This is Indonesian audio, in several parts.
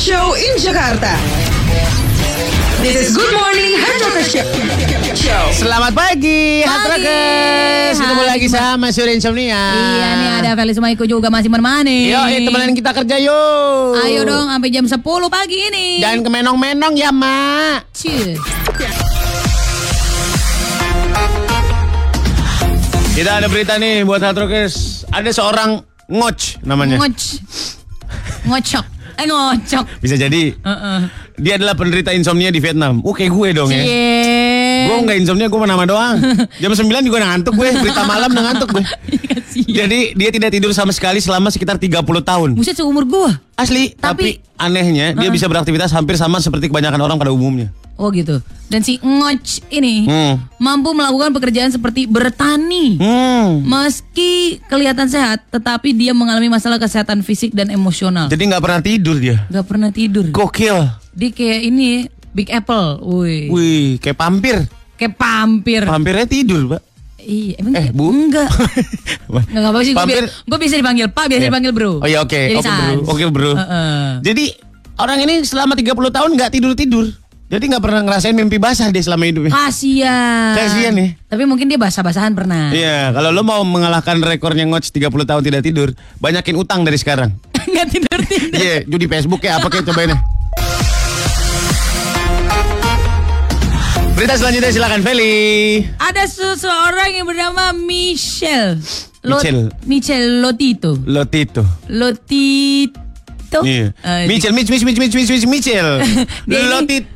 show in Jakarta. This is Good Morning Hard Rocker Show. Selamat pagi, Hard Rockers. Ketemu lagi sama Surya Insomnia. Iya nih, ada Felis Maiko juga masih menemani. Yuk, temenin kita kerja yuk. Ayo dong, sampai jam 10 pagi ini. Jangan kemenong-menong ya, Mak. Cheers. Kita ada berita nih buat Hard Rockers. Ada seorang ngoc namanya. Ngocok. Bisa jadi dia adalah penderita insomnia di Vietnam. Kayak gue dong ya. Gue gak insomnia, gue nama doang. Jam 9 juga ngantuk gue. Berita malam ngantuk gue. Jadi dia tidak tidur sama sekali selama sekitar 30 tahun. Buset, seumur gue. Asli. Tapi anehnya dia bisa beraktivitas hampir sama seperti kebanyakan orang pada umumnya. Oh gitu. Dan si ngoc ini mampu melakukan pekerjaan seperti bertani. Meski kelihatan sehat, tetapi dia mengalami masalah kesehatan fisik dan emosional. Jadi gak pernah tidur dia. Gak pernah tidur. Gokil. Dia kayak ini Big Apple. Wih, kayak pampir. Pampirnya tidur, Pak. Iya, emang Bu. Enggak apa sih, gue bisa dipanggil Pak, biasa dipanggil Bro. Oh iya, oke bro. Jadi orang ini selama 30 tahun gak tidur-tidur. Jadi gak pernah ngerasain mimpi basah dia selama hidupnya. Kasian nih. Tapi mungkin dia basah-basahan pernah. Iya, kalau lo mau mengalahkan rekornya Ngoc 30 tahun tidak tidur, banyakin utang dari sekarang. Gak tidur. Iya, judi Facebook kayak apa kayak cobain. Berita selanjutnya silakan Feli. Ada seseorang yang bernama Michel Lotito. Iya. Michel. Lotito.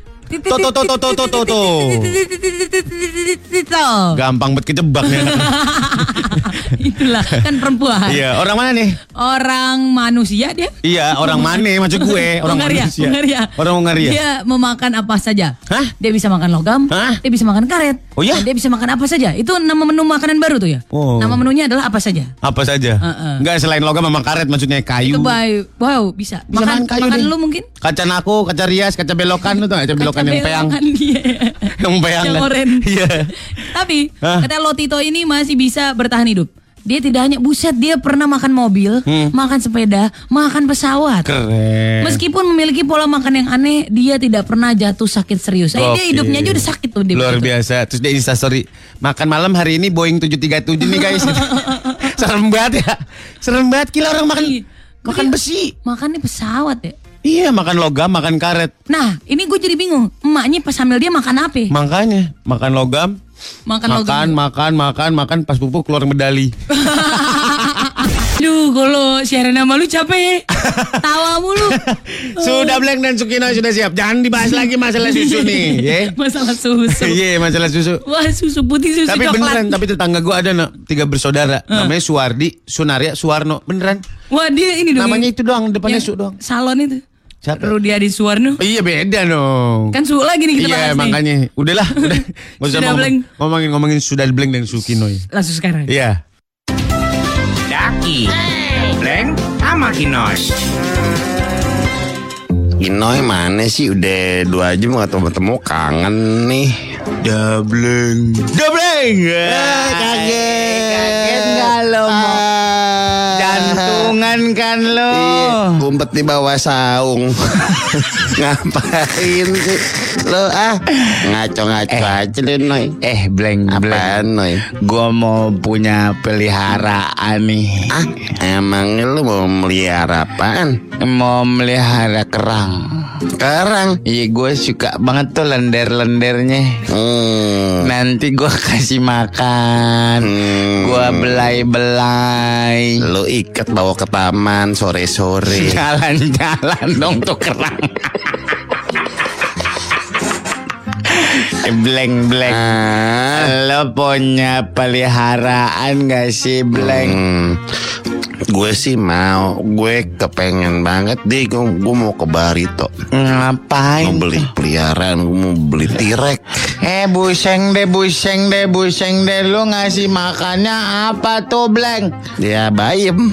Gampang banget kejebak nih. Itulah kan perempuan. Iya, orang mana nih? Orang manusia dia. Iya, orang mana maksud gue? Orang manusia. Orang Hungaria. Dia memakan apa saja. Hah? Dia bisa makan logam. Hah? Dia bisa makan karet. Oh ya? Dia bisa makan apa saja. Itu nama menu makanan baru tuh ya. Nama menunya adalah apa saja. Apa saja? Enggak selain logam sama karet, maksudnya kayu. Itu wow, bisa makan kayu makan lu mungkin. Kaca naku, kaca rias, kaca belokan lu tuh, kaca belokan yang peang. Yang peang yang kan. oren. Iya. Tapi kata Lotito ini masih bisa bertahan hidup. Dia tidak hanya dia pernah makan mobil, makan sepeda, makan pesawat. Keren. Meskipun memiliki pola makan yang aneh, dia tidak pernah jatuh sakit serius. Dia hidupnya aja udah sakit tuh. Luar biasa. Terus dia instastory, makan malam hari ini Boeing 737 nih guys. Serem banget ya. Serem banget, gila orang makan besi. Makannya pesawat ya. Iya, makan logam, makan karet. Nah, ini gue jadi bingung. Emaknya pas hamil dia makan apa? Makanya, makan logam. Makan, pas pupuk keluar medali. Duh, kalau siaran sama lu capek. Tawa mulu. Sudah Blank dan Sukino sudah siap. Jangan dibahas lagi masalah susu nih, ya. Masalah susu. Iya, masalah susu. Wah, susu putih, susu tapi coklat. Beneran, tapi tetangga gue ada 3 bersaudara. Namanya Suwardi, Sunaria, Suwarno. Beneran. Wah, dia ini dong. Namanya itu doang, depannya Su doang. Salon itu. Siapa? Rudiadi Suwarno. Iya, beda dong. Kan Su lagi nih kita bahas nih. Iya, makanya. Udah. Gak usah ngomongin Sudah Blank dan Sukino ya. Langsung sekarang. Iya. Daki, Blank sama Kinoy. Kinoy mana sih? Udah 2 jam gak ketemu, kangen nih. Dableng. Kaget gak lo? Jantungan kan lo? Iya, kumpet di bawah saung. Ngapain sih lo ngaco-ngaco aja lu Noy. Blank. Apaan Noy? Gua mau punya peliharaan nih. Emang lu mau melihara apaan? Mau melihara kerang. Iya, gue suka banget tuh lender-lendernya. Nanti gue kasih makan. Gue belai-belai. Lu ikat bawa ke taman sore-sore. Jalan-jalan dong tuh kerang. Blank. Lo punya peliharaan gak sih, Blank? Gue sih mau. Gue kepengen banget deh. Gue mau ke Barito. Ngapain? Mau beli peliharaan. Gue mau beli tirek. Buseng deh. Lu ngasih makannya apa tuh, Blank? Ya bayam.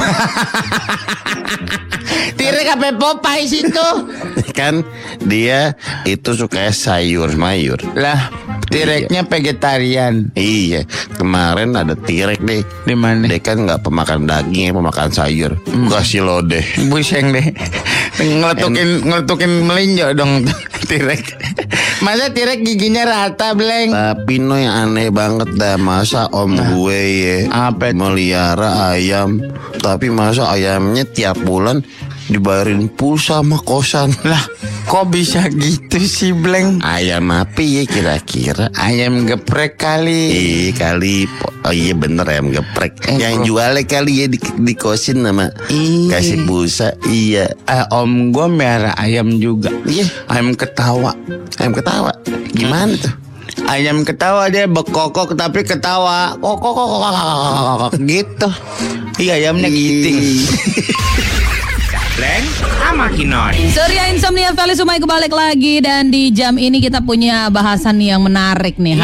Tirek apa Popeye situ? Kan dia itu suka sayur mayur. Lah, tireknya vegetarian. Iya, kemarin ada tirek deh. Di mana? Dia kan nggak pemakan daging, pemakan sayur. Kasih lo deh. Buseng deh. ngeletukin melinjo dong T-Rex. Masa T-Rex giginya rata, Bleng? Tapi no yang aneh banget dah. Masa om gue ya melihara ayam, tapi masa ayamnya tiap bulan dibayarin pulsa sama kosan. Lah, kok bisa gitu sih, Bleng? Ayam apa ya kira-kira? Ayam geprek kali. Kali. Oh iya bener ayam geprek. Yang jualnya kali ya di kosin sama kasih pulsa. Iya. Om gue merah ayam juga. Iya. Ayam ketawa. Ayam ketawa. Gimana tuh? Ayam ketawa dia bekokok tapi ketawa. Kokok gitu. Iya, ayamnya giting. Bleng sama Kinoy. Surya Insomnia Feli Sumai kebalik lagi. Dan di jam ini kita punya bahasan yang menarik nih.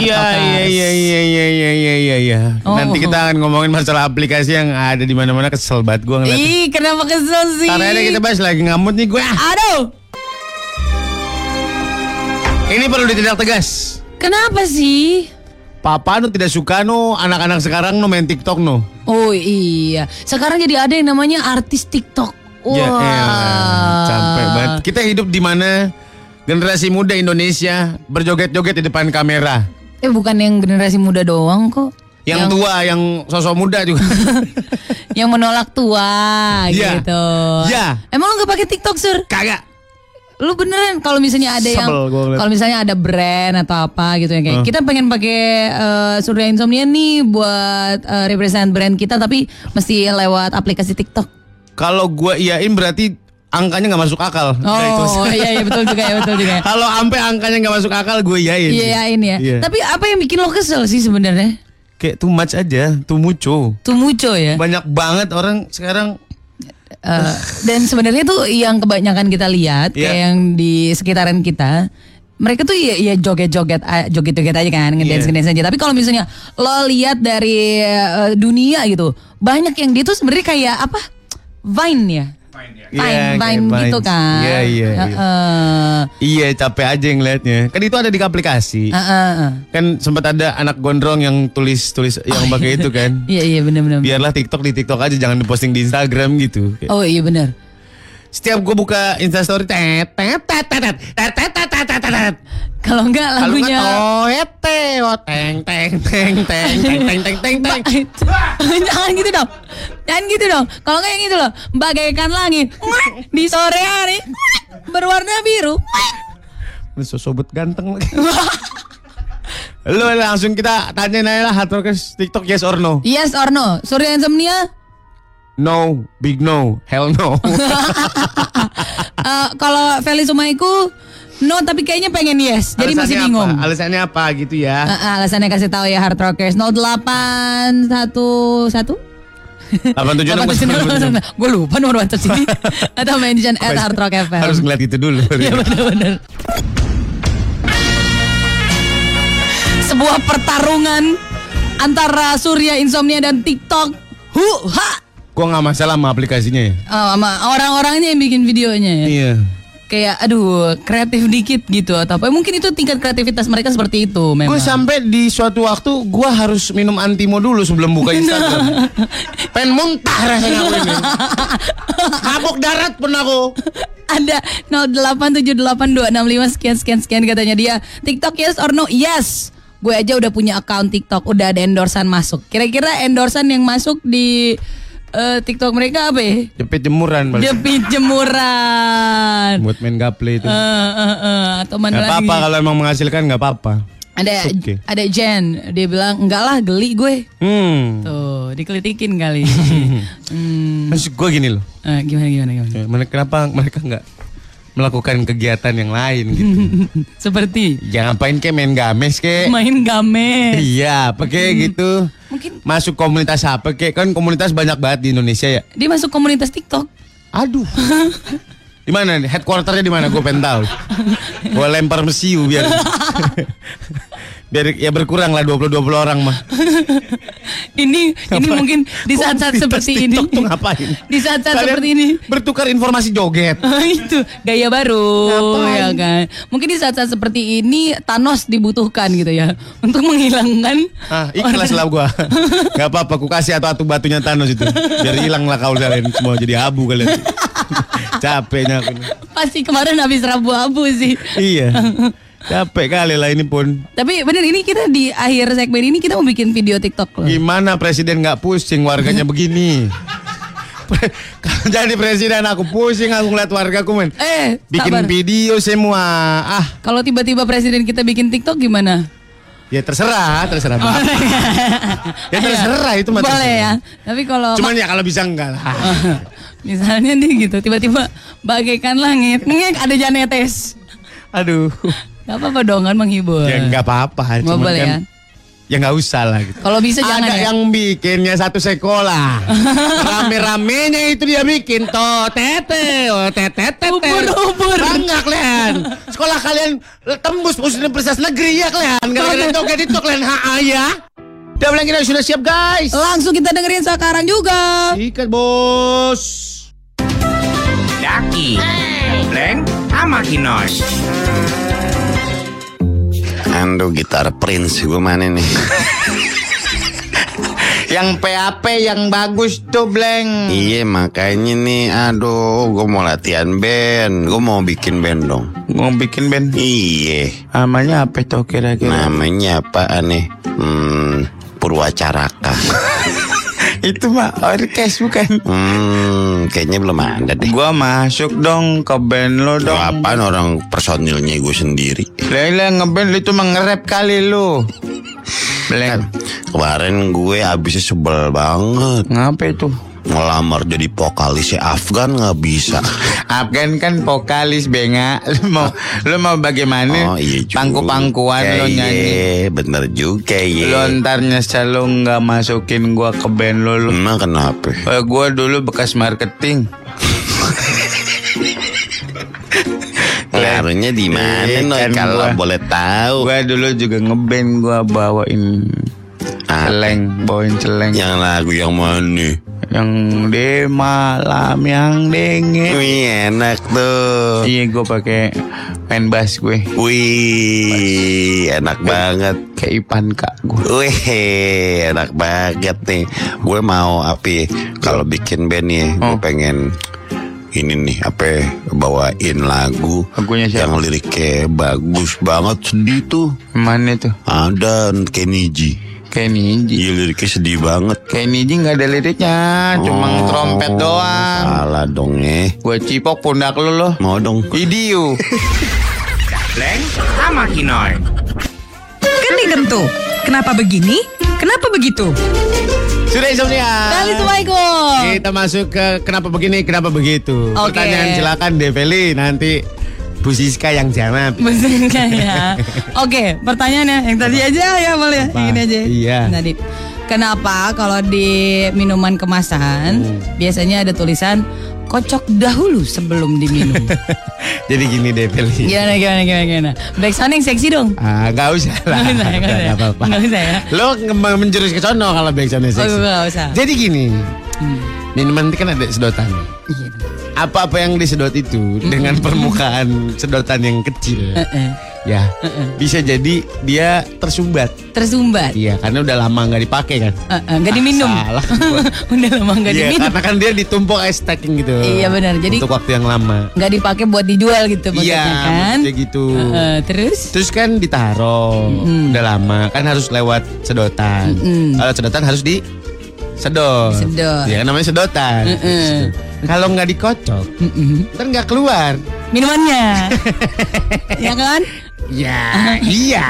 Iya. Nanti kita akan ngomongin masalah aplikasi yang ada di mana-mana. Kesel banget gue ngeliatnya. Ih, kenapa kesel sih? Karena kita bahas lagi ngamut nih gue. Aduh. Ini perlu ditindak tegas. Kenapa sih? Papa nu tidak suka nu anak-anak sekarang nu main TikTok nu. Oh iya. Sekarang jadi ada yang namanya artis TikTok. Wah. Ya capek banget. Kita hidup di mana generasi muda Indonesia berjoget-joget di depan kamera. Bukan yang generasi muda doang kok. Yang tua, yang sosok muda juga. Yang menolak tua Ya. gitu. Ya. Emang lu gak pakai TikTok, Sur? Kagak. Lu beneran kalau misalnya ada yang kalau misalnya ada brand atau apa gitu ya kayak kita pengen pakai Surya Insomnia nih buat represent brand kita tapi mesti lewat aplikasi TikTok. Kalau gue iyain berarti angkanya nggak masuk akal. Oh iya betul juga. Kalau sampai angkanya nggak masuk akal gue iyain. Iyain ya. Iya. Tapi apa yang bikin lo kesel sih sebenarnya? Kayak too much aja, too mucho ya. Banyak banget orang sekarang. Dan sebenarnya tuh yang kebanyakan kita lihat kayak yang di sekitaran kita, mereka tuh ya joget-joget aja kan, ngedance aja. Tapi kalau misalnya lo lihat dari dunia gitu, banyak yang dia tuh sebenarnya kayak apa? Vine ya. Vine gitu kan. Iya, capek aja yang liatnya. Kan itu ada di aplikasi. Kan sempat ada anak gondrong yang tulis yang pakai itu kan. Iya benar. Biarlah TikTok di TikTok aja, jangan diposting di Instagram gitu. Oh iya benar. Setiap gue buka Instastory kalau enggak lagunya jangan gitu dong. Kalau enggak yang itu loh, bagaikan langit di sore hari berwarna biru. Sobat ganteng lagi. Lu langsung kita tanyain aja lah, Hard Rockers TikTok yes or no? Yes or no? Surya Insomnia? No, big no, hell no. Kalau Feli Sumaiku no, tapi kayaknya pengen yes. Jadi masih bingung. Alasannya apa gitu ya? Alasannya kasih tahu ya Hard Rockers 0811 87. Gue lupa nomor WhatsApp sini. Atau mention @hardrockfm. Harus ngeliat itu dulu. Iya benar. Sebuah pertarungan antara Surya Insomnia dan TikTok. Gue gak masalah sama aplikasinya ya. Sama orang-orangnya yang bikin videonya ya. Iya. Kayak aduh kreatif dikit gitu atau apa. Mungkin itu tingkat kreativitas mereka seperti itu memang. Gue sampai di suatu waktu gue harus minum Antimo dulu sebelum buka Instagram. Pengen muntah rasanya aku ini. Mabuk darat pun aku. Ada 0878265 sekian katanya dia. TikTok yes or no? Yes. Gue aja udah punya account TikTok, udah ada endorsan masuk. Kira-kira endorsan yang masuk di TikTok mereka apa ya? Jepit jemuran. Buat main gaple itu. Atau mana lagi? Gak apa-apa kalau emang menghasilkan, gak apa-apa. Ada Jen, dia bilang enggak lah geli gue. Tuh dikelitikin kali. Maksud gue gini loh. Gimana? Kenapa mereka nggak melakukan kegiatan yang lain gitu? Seperti? Ya ngapain kayak main games kayak? Main games. Iya, pakai gitu. Mungkin masuk komunitas apa kayak? Kan komunitas banyak banget di Indonesia ya. Dia masuk komunitas TikTok. Aduh. Di mana nih? Headquarternya di mana? Gue pengen tahu. Gue lempar mesiu biar. Biar ya berkurang lah 20 orang mah. ini mungkin di saat-saat seperti ini. TikTok tuh ngapain? Di saat-saat Kalian seperti ini bertukar informasi joget. itu gaya baru ya kan. Mungkin di saat-saat seperti ini Thanos dibutuhkan gitu ya untuk menghilangkan. Ikhlas lah gua. Gak apa-apa, ku kasih atu batunya Thanos itu. Biar hilang lah kau kalian semua jadi abu kalian. Capeknya aku. Pasti kemarin habis rabu-abu sih. Iya. Capek kali lah ini pun. Tapi bener ini kita di akhir segmen ini kita mau bikin video TikTok loh. Gimana presiden gak pusing warganya begini? Kalau jadi presiden aku pusing, aku ngeliat wargaku men. Bikin sabar. video semua. Kalau tiba-tiba presiden kita bikin TikTok gimana? Ya terserah Bapak. Ya terserah itu mah. Boleh ya. Tapi kalau cuman ya kalau bisa enggak lah. Misalnya nih gitu, tiba-tiba bagaikan langit, ada Janetes. Aduh. Gak apa-apa dong kan menghibur. Ya nggak apa-apa. Nggak boleh kan, ya. Ya nggak usah lah gitu. Kalau bisa jangan ada ya. yang bikinnya satu sekolah. Rame-ramenya itu dia bikin toh tete. Ubur-ubur. Bangga kalian. Sekolah kalian tembus universitas negeri ya kalian. Gara-gara joget itu kalian ya. Udah bilang kita sudah siap guys. Langsung kita dengerin sekarang juga. Ikat bos. Daki, Bleng, sama Kinoy. Aduh, gitar Prince gue mana nih? Yang PAP yang bagus tuh Bleng. Iya makanya nih, aduh, gue mau latihan band. Gue mau bikin band dong. Mau bikin band? Iya. Namanya apa tuh kira-kira? Namanya apa aneh? Purwacaraka. Itu mah orkes bukan? Kayaknya belum ada deh. Gua masuk dong ke band lo dong. Apaan orang personilnya gue sendiri. Lah ngeband itu mah nge-rap kali lu. Bleng. Kemarin gue abisnya sebel banget. Ngapa itu? Ngelamar jadi vokalisnya Afgan nggak bisa. Afgan kan vokalis benga. Lu mau bagaimana? Oh iya juga. Pangku-pangkuan lo nyanyi. Bener juga ya. Lo ntar nyesel lo nggak masukin gua ke band lo. Emang kenapa? Gua dulu bekas marketing. Ngaruhnya di mana Noy Kan kalau gua- boleh tahu? Gua dulu juga ngeband, gua bawain celeng. Yang lagu yang mana? Yang di malam yang dingin. Wih enak tuh. Iya, gue pakai main bass gue. Wih enak banget. Kayak Ipan Kak gue. Wih enak banget nih. Gue mau apa? Kalau bikin band nih, gue pengen ini nih apa? Bawain lagu Lagunya siapa? yang liriknya bagus banget, sedih tuh. Mana tuh? Ada Kenny G. Kenny G. Iya liriknya sedih banget. Kenny G nggak ada liriknya, cuma trompet doang. Salah dong Gue cipok pundak lu loh. Mau dong. Idiu. Bleng sama Kinoy. Kan dikentu. Kenapa begini? Kenapa begitu? Sudah insomnia. Assalamualaikum. Kita masuk ke kenapa begini, kenapa begitu. Oke. Pertanyaan silakan Develi, nanti Bu Siska yang jawab. Bener ya. Oke, pertanyaannya yang tadi aja ya boleh. Yang ini aja. Iya. Tadi. Kenapa kalau di minuman kemasan biasanya ada tulisan kocok dahulu sebelum diminum? Jadi gini Develi. Gimana? Back sound yang seksi dong. Gak usah lah. Nggak usah, Nggak apa-apa. Nggak usah ya. Lo menjurus ke sono kalau back soundnya seksi. Nggak usah. Jadi gini, minuman itu kan ada sedotan. Iya. Apa-apa yang disedot itu dengan permukaan sedotan yang kecil, ya bisa jadi dia tersumbat. Tersumbat. Iya, karena udah lama nggak dipakai kan. Nggak diminum. Salah. Udah lama nggak Iya, diminum. karena kan dia ditumpuk kayak stacking gitu. Iya, benar. Jadi untuk waktu yang lama. nggak dipakai buat dijual gitu maksudnya Iya, kan? maksudnya gitu. Terus? Kan ditaruh, udah lama kan harus lewat sedotan. Kalau sedotan harus disedot. Sedot. Ya kan namanya sedotan. Kalau nggak dikocok, ntar nggak keluar. Minumannya. Ya kan? Ya, iya.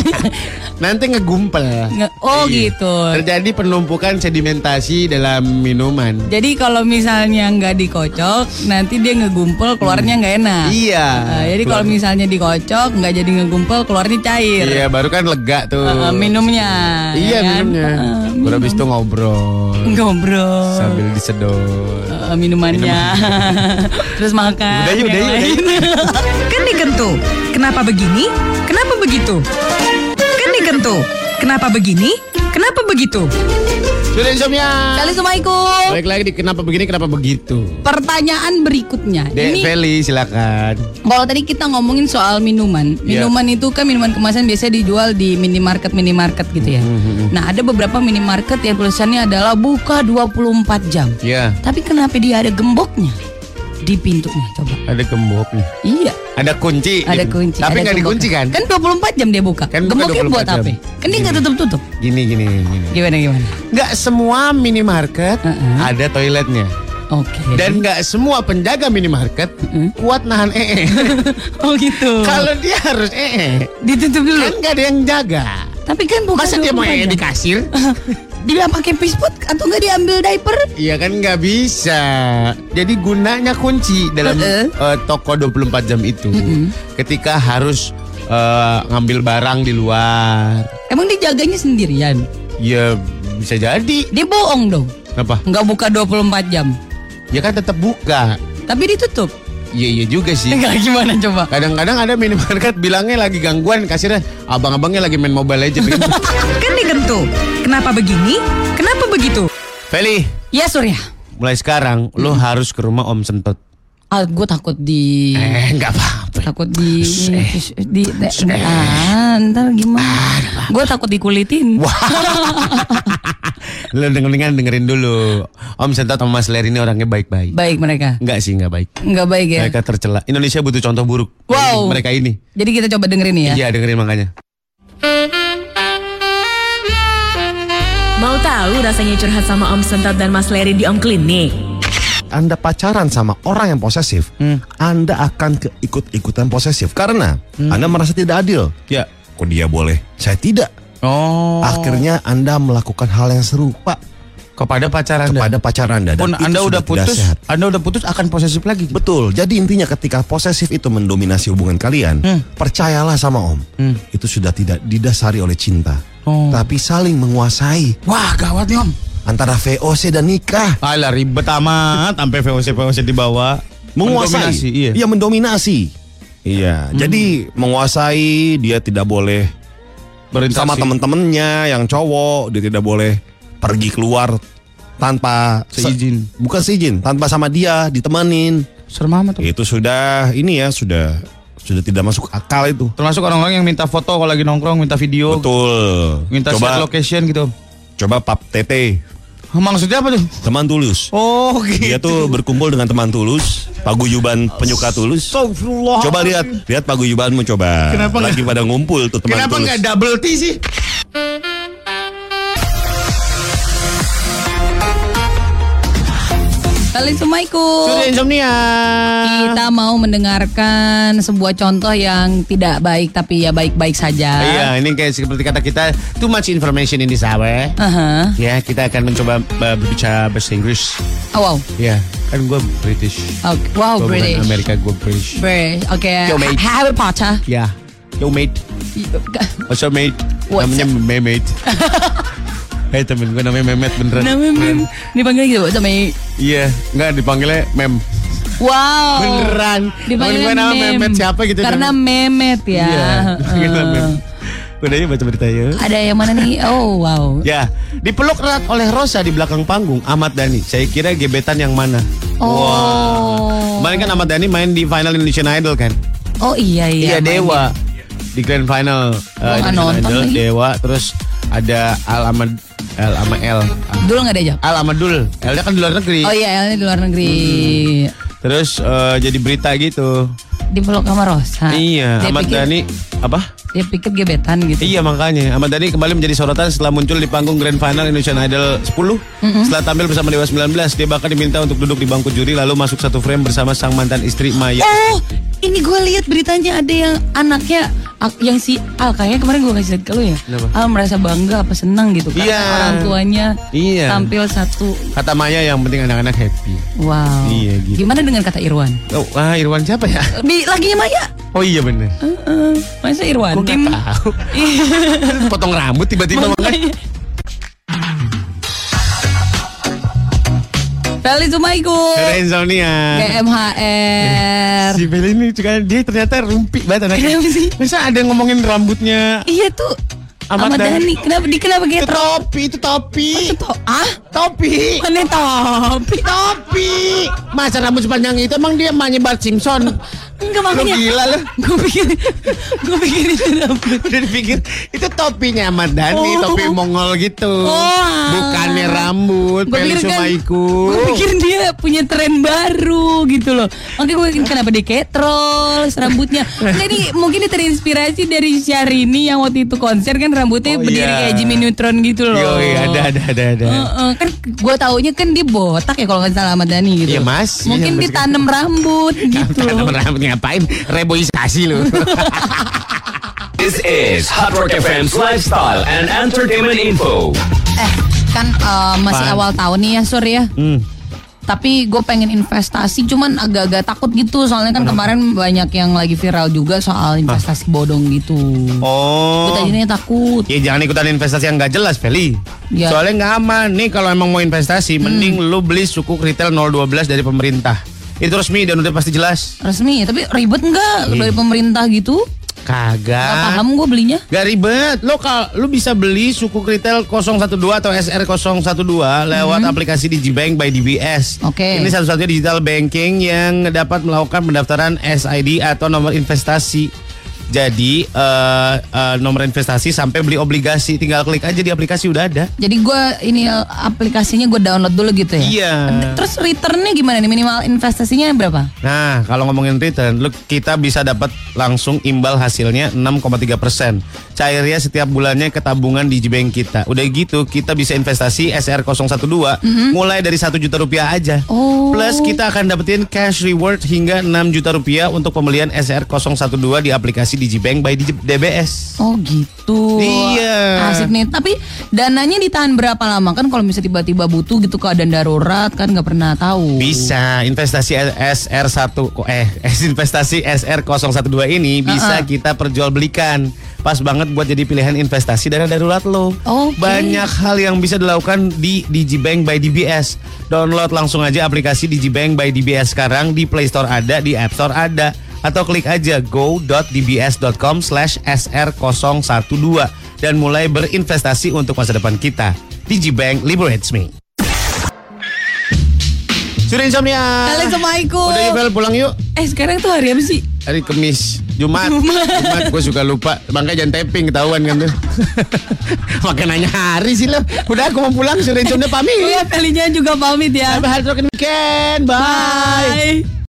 Nanti ngegumpel. Oh Iya. gitu. Terjadi penumpukan sedimentasi dalam minuman. Jadi kalau misalnya nggak dikocok, nanti dia ngegumpel, keluarnya nggak enak. Iya. Jadi kalau misalnya dikocok, nggak jadi ngegumpel, keluarnya cair. Iya, baru kan lega tuh. Minumnya. Iya, ya kan? minumnya. Baru habis itu ngobrol Ngobrol. sambil disedot. Minumannya. Terus makan. Udah yuk. Kan dikentu. Kenapa begini? Kenapa begitu? Kan dikentu. Tentu. Kenapa begini? Kenapa begitu? Sudah insomnia. Assalamualaikum. Balik lagi di kenapa begini, kenapa begitu. Pertanyaan berikutnya. Dek Feli silakan. Kalau tadi kita ngomongin soal minuman. Minuman itu kan minuman kemasan biasanya dijual di minimarket gitu ya. Nah, ada beberapa minimarket yang tulisannya adalah buka 24 jam. Iya. Tapi kenapa dia ada gemboknya di pintunya? Coba. Ada gemboknya. Iya. Ada kunci. Ada kunci. Tapi ada nggak dikunci kan? Kan 24 jam dia buka. Kan buka Gemboknya buat 24 apa? jam. Kan dia nggak tutup-tutup. Gini. Gimana? Nggak semua minimarket ada toiletnya. Oke. Dan nggak semua penjaga minimarket kuat nahan Oh gitu. Kalau dia harus Ditutup dulu. kan nggak ada yang jaga. Tapi kan bukan. Masa dia mau 24 jam. di kasir? Dia pakai pispot atau nggak diambil diaper? Iya kan nggak bisa. Jadi gunanya kunci dalam toko 24 jam itu. Ketika harus ngambil barang di luar. Emang dijaganya sendirian? Ya bisa jadi. Dia bohong dong. Apa? Nggak buka 24 jam. Ya kan tetap buka. Tapi ditutup. Iya juga sih. Nggak gimana coba? Kadang-kadang ada minimarket bilangnya lagi gangguan kasirnya. Abang-abangnya lagi main Mobile Legends. Kan dikentu. Kenapa begini? Kenapa begitu? Feli, Ya Surya. mulai sekarang lo harus ke rumah Om Sentot. Gue takut di. Nggak apa-apa. Takut ntar gimana? Gue takut dikulitin. Lo dengerin dulu. Om Sentot sama Mas Ler ini orangnya baik-baik. Baik mereka. Enggak sih, enggak baik. Nggak baik ya. Mereka tercela. Indonesia butuh contoh buruk. Wow. Mereka ini. Jadi kita coba dengerin ya. Iya, dengerin makanya. Mau tahu rasanya curhat sama Om Sentot dan Mas Leri di Om Klinik? Anda pacaran sama orang yang posesif, Anda akan ikut-ikutan posesif karena Anda merasa tidak adil. Ya. Kok dia boleh, saya tidak. Oh. Akhirnya Anda melakukan hal yang serupa kepada pacar Anda. kepada pacar Anda. Dan Pun itu Anda sudah udah tidak putus, sehat. Anda udah putus akan posesif lagi. Betul. Jadi intinya ketika posesif itu mendominasi hubungan kalian, percayalah sama Om, itu sudah tidak didasari oleh cinta, tapi saling menguasai Wah, gawat nih Om. antara VOC dan nikah. Alah ribet amat sampai VOC dibawa. Menguasai, Mendominasi, iya. Iya mendominasi. Iya, jadi menguasai, dia tidak boleh Berinteraksi. sama temen-temennya yang cowok, dia tidak boleh pergi keluar tanpa Seizin. bukan seizin, tanpa sama dia ditemenin. Serem amat tuh. Itu sudah ini ya, sudah tidak masuk akal itu. Termasuk orang-orang yang minta foto kalau lagi nongkrong, minta video, Betul. minta share location gitu. Coba Pap Tete, Maksudnya apa tuh? teman tulus. Oh, gitu. Dia tuh berkumpul dengan teman tulus, paguyuban penyuka tulus. Astagfirullah. Coba lihat paguyubanmu coba. Kenapa lagi pada ngumpul tuh teman Kenapa tulus. nggak double T sih? Assalamualaikum. Sudah insomnia. Kita mau mendengarkan sebuah contoh yang tidak baik tapi ya baik-baik saja. Iya, ini kayak seperti kata kita, too much information in this hour. Aha. Ya, kita akan mencoba berbicara bahasa Inggris. Oh, wow. Ya, kan gue British. Okay. Wow, Gua British. bukan Amerika, gue British. British. Oke. Yo, mate. Harry Potter. Ya, yo mate. What's up mate? What's Namanya Mehmet. Hei temen gue namanya Mehmet beneran. Namanya Mem. Dipanggil gitu sama Iya, enggak dipanggilnya Mem. wow. Beneran. Dipanggil Temen gue nama Mehmet siapa gitu. Karena Mehmet ya. Iya, dipanggilnya Mem. Udah yuk baca berita yuk. Ada yang mana nih? Oh, wow. Ya, dipeluk erat oleh Rosa di belakang panggung Ahmad Dhani. Saya kira gebetan yang mana? Oh. Kemarin kan Ahmad Dhani main di final Indonesian Idol kan? Oh iya. Iya, Dewa. Di grand final nggak Indonesian nonton Idol, lagi. Dewa. Terus ada Al sama El. Dulu nggak ada jawab. Al sama Dul. Elnya kan di luar negeri. Oh iya, Elnya di luar negeri. Terus jadi berita gitu. Dipeluk sama Rosa. Iya, Dia Ahmad pikir- Dhani apa? Dia pikir gebetan gitu. Iya makanya Ahmad Dhani kembali menjadi sorotan setelah muncul di panggung Grand Final Indonesian Idol 10. Setelah tampil bersama Dewa 19, dia bahkan diminta untuk duduk di bangku juri lalu masuk satu frame bersama sang mantan istri Maya. Oh, ini gue lihat beritanya ada yang anaknya yang si Al, kayaknya kemarin gue kasih lihat ke lu ya. Kenapa? Al merasa bangga apa senang gitu karena Iya. orang tuanya Iya. tampil satu. Kata Maya yang penting anak-anak happy. Wow. Iya, gitu. Gimana dengan kata Irwan? Oh, Irwan siapa ya? Lagi Maya. Oh iya bener. Masa Irwan? Gue Tim. gak tahu. Iya. Potong rambut tiba-tiba makanya. Feli Assalamualaikum. Karena insomnia. KMHR. Si Feli ini juga dia ternyata rumpi banget anaknya. Kenapa sih? Masa ada yang ngomongin rambutnya Iya tuh. Ahmad Dhani. Kenapa Itu getro? topi. Topi. Mana topi? Topi. Masa rambut sepanjang itu emang dia emaknya Bart Simpson? Enggak Lu makanya. gila lu. Gue pikir itu rambut. Udah dipikir itu topinya Ahmad Dhani, topi Mongol gitu. Bukannya rambut, Peli Sumaiku. Gue pikir dia punya tren baru gitu loh. Makanya gue pikir kenapa dia ketrol rambutnya. Jadi mungkin dia terinspirasi dari Syahrini yang waktu itu konser kan rambutnya berdiri kayak Jimmy Neutron gitu loh. Iya, ada. Kan gue taunya kan dia botak ya kalau nggak salah Ahmad Dhani gitu. Iya, Mas. Mungkin Iya, Mas. ditanam rambut gitu loh. Tanam rambut ngapain? Reboisasi lu. This is Hot Rock FM's lifestyle and entertainment info. Kan masih awal tahun nih ya Sur ya. Tapi gue pengen investasi cuman agak-agak takut gitu. Soalnya kan kemarin banyak yang lagi viral juga soal investasi bodong gitu. Oh. Gue tadinya takut. Ya jangan ikutan investasi yang gak jelas, Feli. Ya. Soalnya gak aman. Nih kalau emang mau investasi, mending lu beli sukuk retail 012 dari pemerintah. Itu resmi dan udah pasti jelas. Resmi, tapi ribet nggak dari pemerintah gitu? Kagak. Gak paham gue belinya. Gak ribet. Lu bisa beli sukuk retail 012 atau SR012 lewat aplikasi Digibank by DBS. Oke. Ini satu-satunya digital banking yang dapat melakukan pendaftaran SID atau nomor investasi. Jadi nomor investasi sampai beli obligasi, tinggal klik aja di aplikasi udah ada. Jadi gue ini aplikasinya gue download dulu gitu ya. Iya. Terus returnnya gimana nih, minimal investasinya berapa? Nah, kalau ngomongin return, kita bisa dapat langsung imbal hasilnya 6,3%. Cairnya setiap bulannya ke tabungan Digibank kita. Udah gitu, kita bisa investasi SR012 mulai dari 1 juta rupiah aja. Plus kita akan dapetin cash reward hingga 6 juta rupiah untuk pembelian SR012 di aplikasi Digibank by DBS. Oh gitu. Iya. Asik nih. Tapi dananya ditahan berapa lama? Kan kalau misalnya tiba-tiba butuh gitu keadaan darurat kan nggak pernah tahu. Bisa investasi investasi SR012 ini bisa kita perjualbelikan. Pas banget buat jadi pilihan investasi dana darurat lo. Banyak hal yang bisa dilakukan di Digibank by DBS. Download langsung aja aplikasi Digibank by DBS sekarang di Play Store ada, di App Store ada. Atau klik aja go.dbs.com/SR012 dan mulai berinvestasi untuk masa depan kita. Digibank liberates me. Sudah insomnia. Assalamualaikum. Udah yuk Bel, pulang yuk. Sekarang tuh hari apa sih? Hari Kamis, Jumat, gue suka lupa. Makanya jangan taping, ketahuan kan tuh. Makanya nanya hari sih lo. Udah aku mau pulang, sudah insomnia pamit. Iya, Felinya juga pamit ya. Sampai hari weekend, bye.